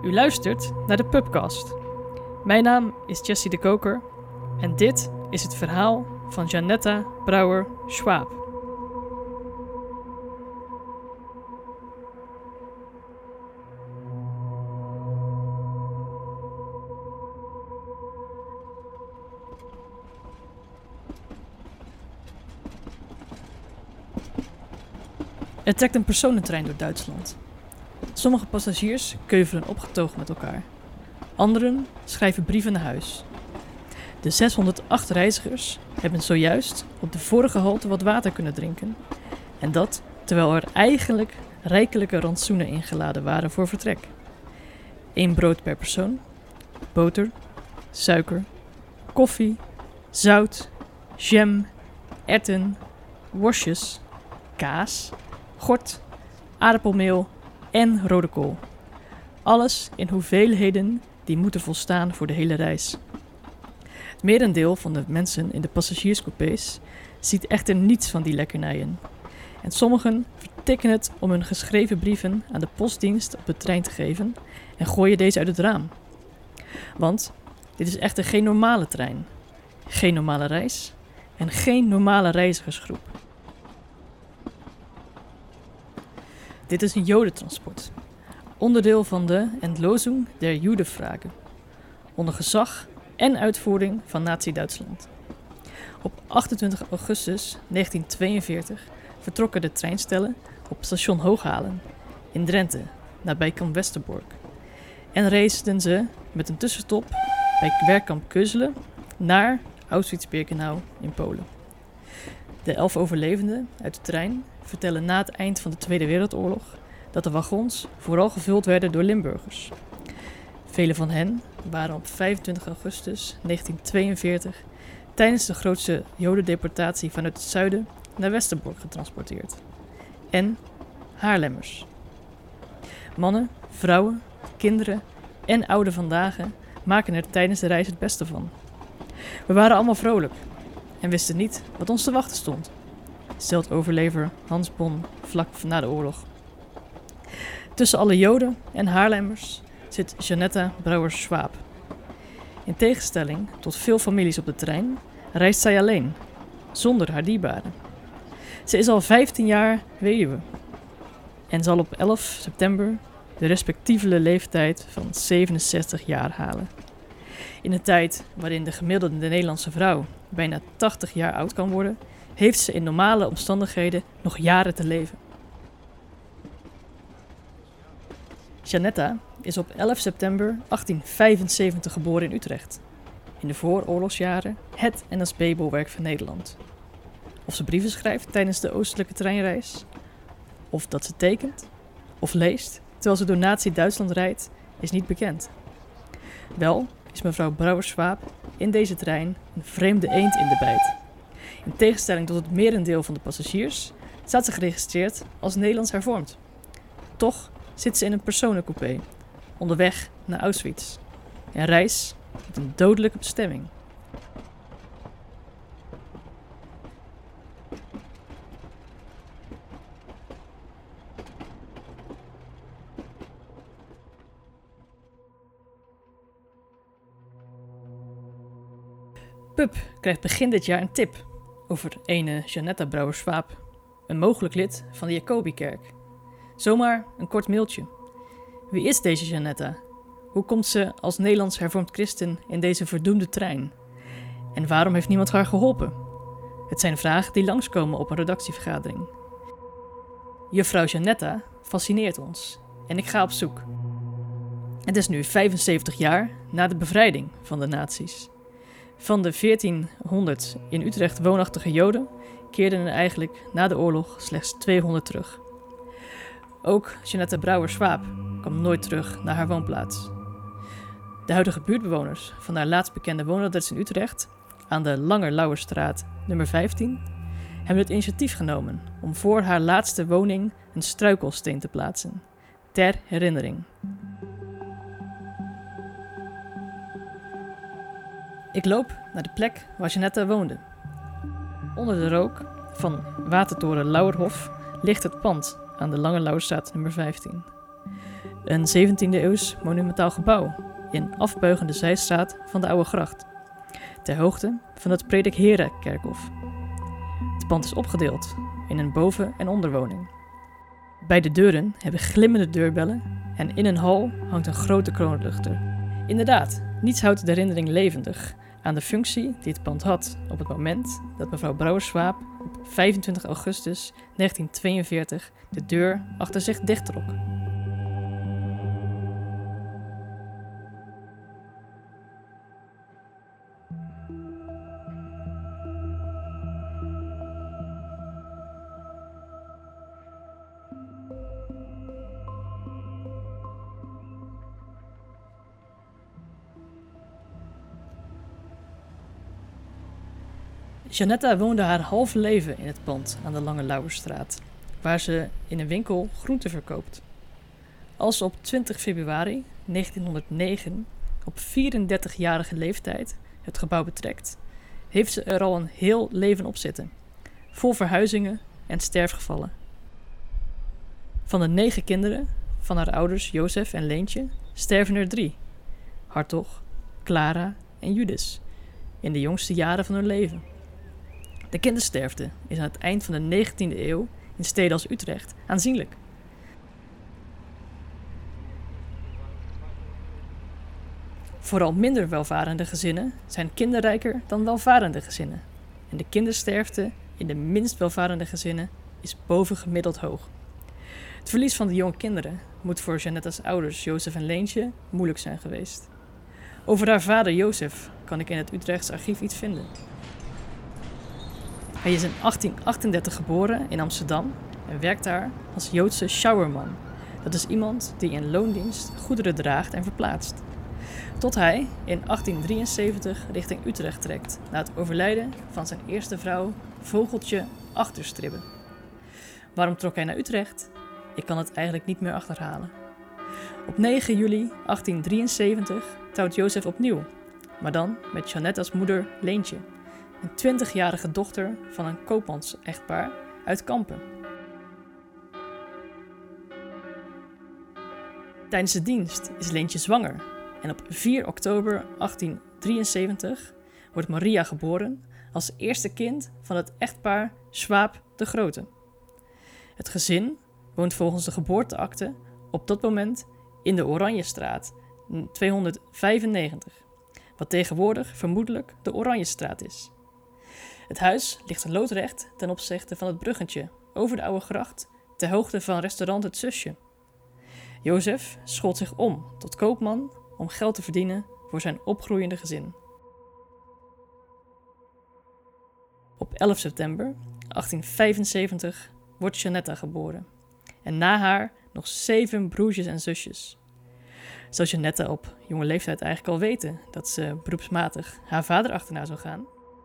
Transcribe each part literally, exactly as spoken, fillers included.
U luistert naar de Pubcast. Mijn naam is Jessie de Koker en dit is het verhaal van Janetta Brouwer-Schwab. Er trekt een personentrein door Duitsland. Sommige passagiers keuvelen opgetogen met elkaar. Anderen schrijven brieven naar huis. De zeshonderdacht reizigers hebben zojuist op de vorige halte wat water kunnen drinken. En dat terwijl er eigenlijk rijkelijke rantsoenen ingeladen waren voor vertrek. Eén brood per persoon, boter, suiker, koffie, zout, jam, erwten, worstjes, kaas, gort, aardappelmeel en rode kool. Alles in hoeveelheden die moeten volstaan voor de hele reis. Het merendeel van de mensen in de passagierscoupés ziet echter niets van die lekkernijen. En sommigen vertikken het om hun geschreven brieven aan de postdienst op de trein te geven en gooien deze uit het raam. Want dit is echter geen normale trein, geen normale reis en geen normale reizigersgroep. Dit is een jodentransport, onderdeel van de Endlosung der Judenfrage, onder gezag en uitvoering van Nazi-Duitsland. Op achtentwintig augustus negentien tweeënveertig vertrokken de treinstellen op station Hooghalen in Drenthe, nabij Kamp Westerbork, en reisden ze met een tussenstop bij werkkamp Kösele naar Auschwitz-Birkenau in Polen. De elf overlevenden uit de trein vertellen na het eind van de Tweede Wereldoorlog dat de wagons vooral gevuld werden door Limburgers. Vele van hen waren op vijfentwintig augustus negentien tweeënveertig tijdens de grootste jodendeportatie vanuit het zuiden naar Westerbork getransporteerd. En Haarlemmers. Mannen, vrouwen, kinderen en ouden vandaag maken er tijdens de reis het beste van. We waren allemaal vrolijk en wisten niet wat ons te wachten stond, stelt overlever Hans Bon vlak na de oorlog. Tussen alle Joden en Haarlemmers zit Janetta Brouwer-Schwab. In tegenstelling tot veel families op de trein reist zij alleen, zonder haar dierbaren. Ze is al vijftien jaar weduwe en zal op elf september de respectievelijke leeftijd van zevenenzestig jaar halen. In een tijd waarin de gemiddelde Nederlandse vrouw bijna tachtig jaar oud kan worden, heeft ze in normale omstandigheden nog jaren te leven. Janetta is op elf september achttien vijfenzeventig geboren in Utrecht. In de vooroorlogsjaren het N S B-bolwerk van Nederland. Of ze brieven schrijft tijdens de oostelijke treinreis, of dat ze tekent of leest terwijl ze door Nazi-Duitsland rijdt, is niet bekend. Wel is mevrouw Brouwer-Schwab in deze trein een vreemde eend in de bijt. In tegenstelling tot het merendeel van de passagiers staat ze geregistreerd als Nederlands hervormd. Toch zit ze in een personencoupé, onderweg naar Auschwitz. Een reis met een dodelijke bestemming. Pub krijgt begin dit jaar een tip over ene Janetta Brouwer-Schwab, een mogelijk lid van de Jacobikerk. Zomaar een kort mailtje. Wie is deze Janetta? Hoe komt ze als Nederlands hervormd christen in deze verdoemde trein? En waarom heeft niemand haar geholpen? Het zijn vragen die langskomen op een redactievergadering. Juffrouw Janetta fascineert ons en ik ga op zoek. Het is nu vijfenzeventig jaar na de bevrijding van de nazi's. Van de veertienhonderd in Utrecht woonachtige Joden keerden er eigenlijk na de oorlog slechts tweehonderd terug. Ook Janetta Brouwer-Schwab kwam nooit terug naar haar woonplaats. De huidige buurtbewoners van haar laatst bekende woonadres in Utrecht, aan de Langerlauwerstraat nummer vijftien, hebben het initiatief genomen om voor haar laatste woning een struikelsteen te plaatsen, ter herinnering. Ik loop naar de plek waar Janetta woonde. Onder de rook van Watertoren Lauwerhof ligt het pand aan de Langerlauwerstraat nummer vijftien. Een zeventiende eeuws monumentaal gebouw in afbuigende zijstraat van de Oude Gracht, ter hoogte van het Predikheren-kerkhof. Het pand is opgedeeld in een boven- en onderwoning. Beide deuren hebben glimmende deurbellen en in een hal hangt een grote kroonluchter. Inderdaad, niets houdt de herinnering levendig aan de functie die het pand had op het moment dat mevrouw Brouwer-Swaap op vijfentwintig augustus negentientweeënveertig de deur achter zich dichttrok. Jeannette woonde haar halve leven in het pand aan de Lange Lauwerstraat, waar ze in een winkel groenten verkoopt. Als ze op twintig februari negentienhonderdnegen op vierendertigjarige leeftijd het gebouw betrekt, heeft ze er al een heel leven op zitten, vol verhuizingen en sterfgevallen. Van de negen kinderen van haar ouders Jozef en Leentje sterven er drie: Hartog, Clara en Judith, in de jongste jaren van hun leven. De kindersterfte is aan het eind van de negentiende eeuw in steden als Utrecht aanzienlijk. Vooral minder welvarende gezinnen zijn kinderrijker dan welvarende gezinnen. En de kindersterfte in de minst welvarende gezinnen is bovengemiddeld hoog. Het verlies van de jonge kinderen moet voor Jeannette's ouders Jozef en Leentje moeilijk zijn geweest. Over haar vader Jozef kan ik in het Utrechtse archief iets vinden. Hij is in achttien achtendertig geboren in Amsterdam en werkt daar als Joodse sjouwerman. Dat is iemand die in loondienst goederen draagt en verplaatst. Tot hij in achttien drieënzeventig richting Utrecht trekt na het overlijden van zijn eerste vrouw Vogeltje Achterstribbe. Waarom trok hij naar Utrecht? Ik kan het eigenlijk niet meer achterhalen. Op negen juli achttien drieënzeventig trouwt Jozef opnieuw, maar dan met Jeannette's moeder Leentje, een twintigjarige dochter van een koopmans-echtpaar uit Kampen. Tijdens de dienst is Leentje zwanger en op vier oktober achttien drieënzeventig wordt Maria geboren als eerste kind van het echtpaar Swaap de Grote. Het gezin woont volgens de geboorteakte op dat moment in de Oranjestraat tweehonderdvijfennegentig, wat tegenwoordig vermoedelijk de Oranjestraat is. Het huis ligt loodrecht ten opzichte van het bruggetje over de Oude Gracht ter hoogte van restaurant Het Zusje. Jozef schold zich om tot koopman om geld te verdienen voor zijn opgroeiende gezin. Op elf september achttien vijfenzeventig wordt Jeannette geboren en na haar nog zeven broertjes en zusjes. Zou Jeannette op jonge leeftijd eigenlijk al weten dat ze beroepsmatig haar vader achterna zou gaan?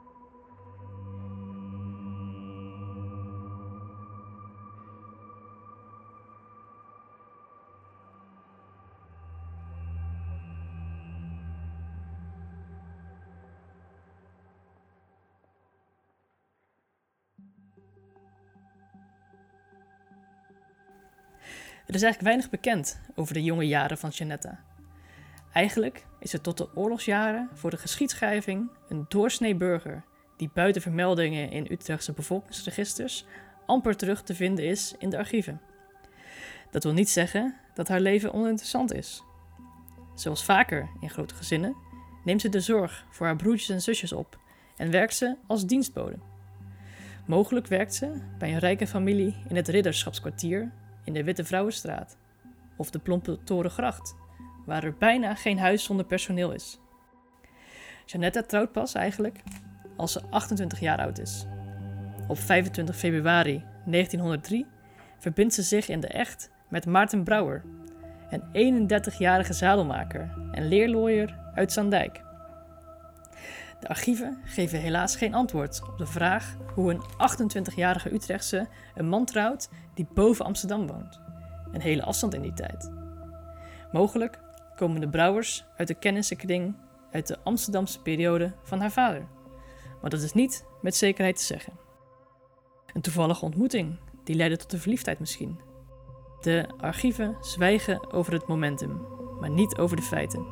Er is eigenlijk weinig bekend over de jonge jaren van Jeannette. Eigenlijk is ze tot de oorlogsjaren voor de geschiedschrijving een doorsnee burger die buiten vermeldingen in Utrechtse bevolkingsregisters amper terug te vinden is in de archieven. Dat wil niet zeggen dat haar leven oninteressant is. Zoals vaker in grote gezinnen neemt ze de zorg voor haar broertjes en zusjes op en werkt ze als dienstbode. Mogelijk werkt ze bij een rijke familie in het Ridderschapskwartier in de Witte Vrouwenstraat of de Plompe Torengracht, waar er bijna geen huis zonder personeel is. Jeannette trouwt pas eigenlijk als ze achtentwintig jaar oud is. Op vijfentwintig februari negentienhonderddrie verbindt ze zich in de echt met Maarten Brouwer, een eenendertigjarige zadelmaker en leerlooier uit Zaandijk. De archieven geven helaas geen antwoord op de vraag hoe een achtentwintigjarige Utrechtse een man trouwt die boven Amsterdam woont. Een hele afstand in die tijd. Mogelijk komen de Brouwers uit de kennissenkring uit de Amsterdamse periode van haar vader. Maar dat is niet met zekerheid te zeggen. Een toevallige ontmoeting, die leidde tot de verliefdheid misschien. De archieven zwijgen over het momentum, maar niet over de feiten.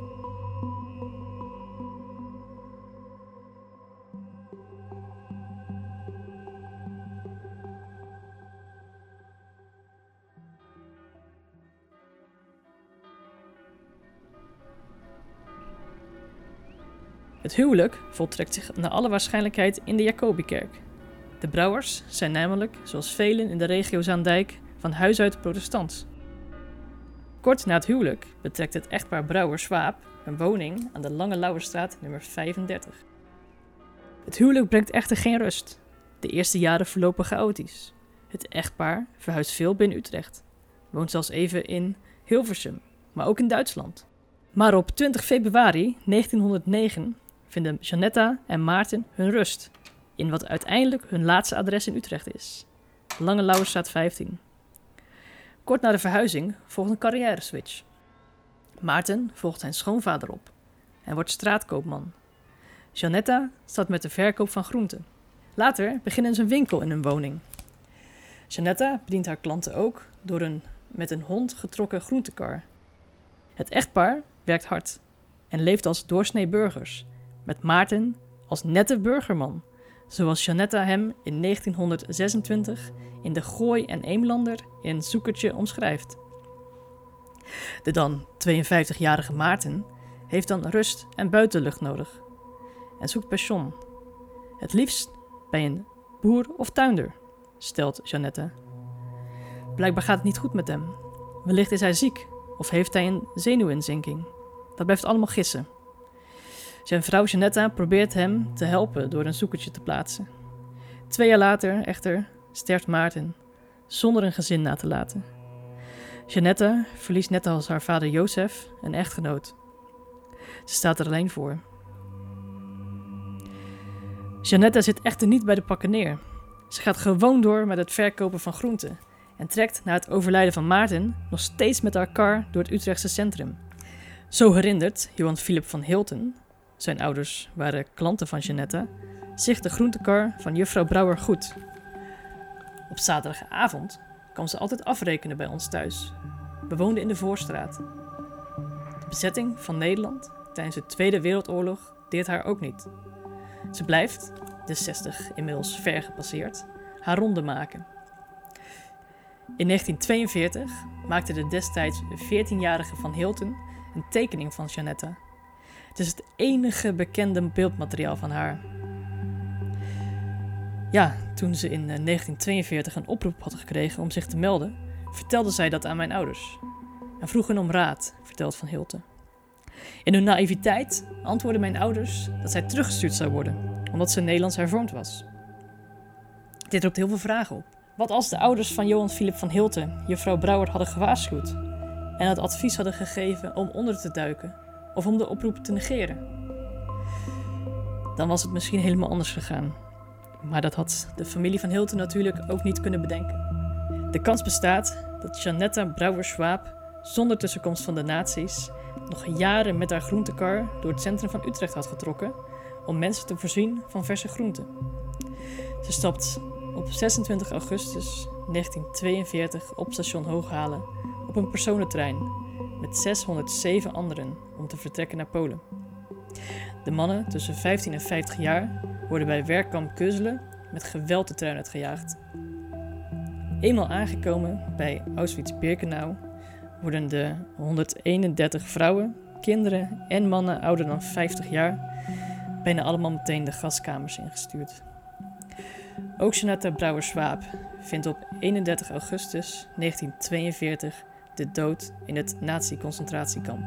Het huwelijk voltrekt zich naar alle waarschijnlijkheid in de Jacobikerk. De Brouwers zijn namelijk, zoals velen in de regio Zaandijk, van huis uit protestants. Kort na het huwelijk betrekt het echtpaar Brouwer-Swaap een woning aan de Lange Lauwerstraat nummer vijfendertig. Het huwelijk brengt echter geen rust. De eerste jaren verlopen chaotisch. Het echtpaar verhuist veel binnen Utrecht. Woont zelfs even in Hilversum, maar ook in Duitsland. Maar op twintig februari negentienhonderdnegen vinden Jeannetta en Maarten hun rust in wat uiteindelijk hun laatste adres in Utrecht is. Lange Lauwerstraat vijftien. Kort na de verhuizing volgt een carrière-switch. Maarten volgt zijn schoonvader op en wordt straatkoopman. Jeannetta staat met de verkoop van groenten. Later beginnen ze een winkel in hun woning. Jeannetta bedient haar klanten ook door een met een hond getrokken groentekar. Het echtpaar werkt hard en leeft als doorsnee burgers, met Maarten als nette burgerman, zoals Jeannetta hem in negentienhonderdzesentwintig in de Gooi en Eemlander in een zoekertje omschrijft. De dan tweeënvijftigjarige Maarten heeft dan rust en buitenlucht nodig en zoekt pension. Het liefst bij een boer of tuinder, stelt Jeannetta. Blijkbaar gaat het niet goed met hem. Wellicht is hij ziek of heeft hij een zenuwinzinking. Dat blijft allemaal gissen. Zijn vrouw Jeannetta probeert hem te helpen door een zoekertje te plaatsen. Twee jaar later, echter, sterft Maarten, zonder een gezin na te laten. Jeannetta verliest net als haar vader Jozef een echtgenoot. Ze staat er alleen voor. Jeannetta zit echter niet bij de pakken neer. Ze gaat gewoon door met het verkopen van groenten en trekt na het overlijden van Maarten nog steeds met haar kar door het Utrechtse centrum. Zo herinnert Johan Philip van Hilten, zijn ouders waren klanten van Jeannetta, zich de groentekar van juffrouw Brouwer goed. Op zaterdagavond kwam ze altijd afrekenen bij ons thuis. We woonden in de Voorstraat. De bezetting van Nederland tijdens de Tweede Wereldoorlog deert haar ook niet. Ze blijft, de zestig inmiddels ver gepasseerd, haar ronde maken. In negentien tweeënveertig maakte de destijds veertienjarige Van Hilten een tekening van Jeannetta. Het is het enige bekende beeldmateriaal van haar. Ja, toen ze in negentien tweeënveertig een oproep had gekregen om zich te melden, vertelde zij dat aan mijn ouders. En vroeg hen om raad, vertelt Van Hilten. In hun naïviteit antwoordden mijn ouders dat zij teruggestuurd zou worden, omdat ze Nederlands hervormd was. Dit roept heel veel vragen op. Wat als de ouders van Johan Philip van Hilten juffrouw Brouwer hadden gewaarschuwd en het advies hadden gegeven om onder te duiken of om de oproep te negeren? Dan was het misschien helemaal anders gegaan. Maar dat had de familie van Hilten natuurlijk ook niet kunnen bedenken. De kans bestaat dat Jeannetta Brouwer-Swaap zonder tussenkomst van de nazi's nog jaren met haar groentekar door het centrum van Utrecht had getrokken om mensen te voorzien van verse groenten. Ze stapt op zesentwintig augustus negentien tweeënveertig op station Hooghalen op een personentrein met zeshonderdzeven anderen om te vertrekken naar Polen. De mannen tussen vijftien en vijftig jaar worden bij werkkamp Keuzelen met geweld de trein uitgejaagd. Eenmaal aangekomen bij Auschwitz-Birkenau worden de honderdeenendertig vrouwen, kinderen en mannen ouder dan vijftig jaar bijna allemaal meteen de gaskamers ingestuurd. Ook Jeannetta Brouwer-Swaap vindt op eenendertig augustus negentien tweeënveertig de dood in het nazi-concentratiekamp.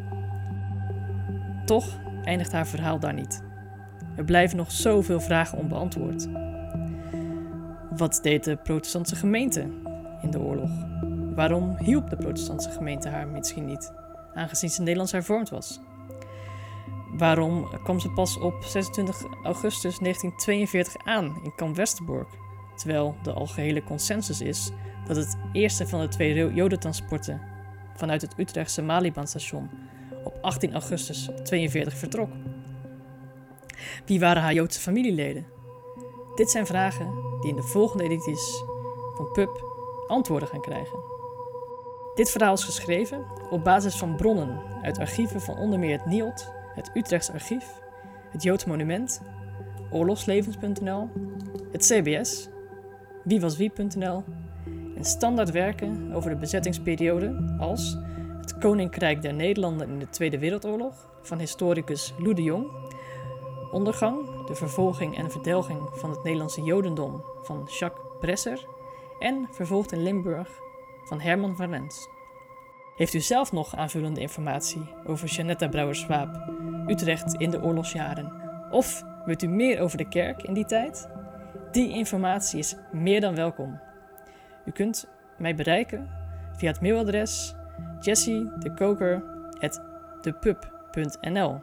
Toch eindigt haar verhaal daar niet. Er blijven nog zoveel vragen onbeantwoord. Wat deed de protestantse gemeente in de oorlog? Waarom hielp de protestantse gemeente haar misschien niet, aangezien ze Nederlands hervormd was? Waarom kwam ze pas op zesentwintig augustus negentien tweeënveertig aan in kamp Westerbork, terwijl de algehele consensus is dat het eerste van de twee jodentransporten vanuit het Utrechtse Malibaanstation op achttien augustus tweeënveertig vertrok? Wie waren haar Joodse familieleden? Dit zijn vragen die in de volgende edities van P U B antwoorden gaan krijgen. Dit verhaal is geschreven op basis van bronnen uit archieven van onder meer het N I O D, het Utrechts Archief, het Joods Monument, oorlogslevens punt n l, het C B S, wiewaswie punt n l en standaard werken over de bezettingsperiode als het Koninkrijk der Nederlanden in de Tweede Wereldoorlog van historicus Lou de Jong, Ondergang, de vervolging en verdelging van het Nederlandse Jodendom van Jacques Bresser en Vervolgd in Limburg van Herman van Rens. Heeft u zelf nog aanvullende informatie over Jeanetta Brouwer-Swaap, Utrecht in de oorlogsjaren? Of weet u meer over de kerk in die tijd? Die informatie is meer dan welkom. U kunt mij bereiken via het mailadres jessiedekoker at depub punt n l.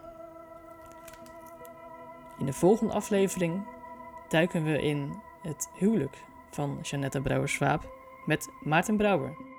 In de volgende aflevering duiken we in het huwelijk van Jeanetta Brouwer-Swaap met Maarten Brouwer.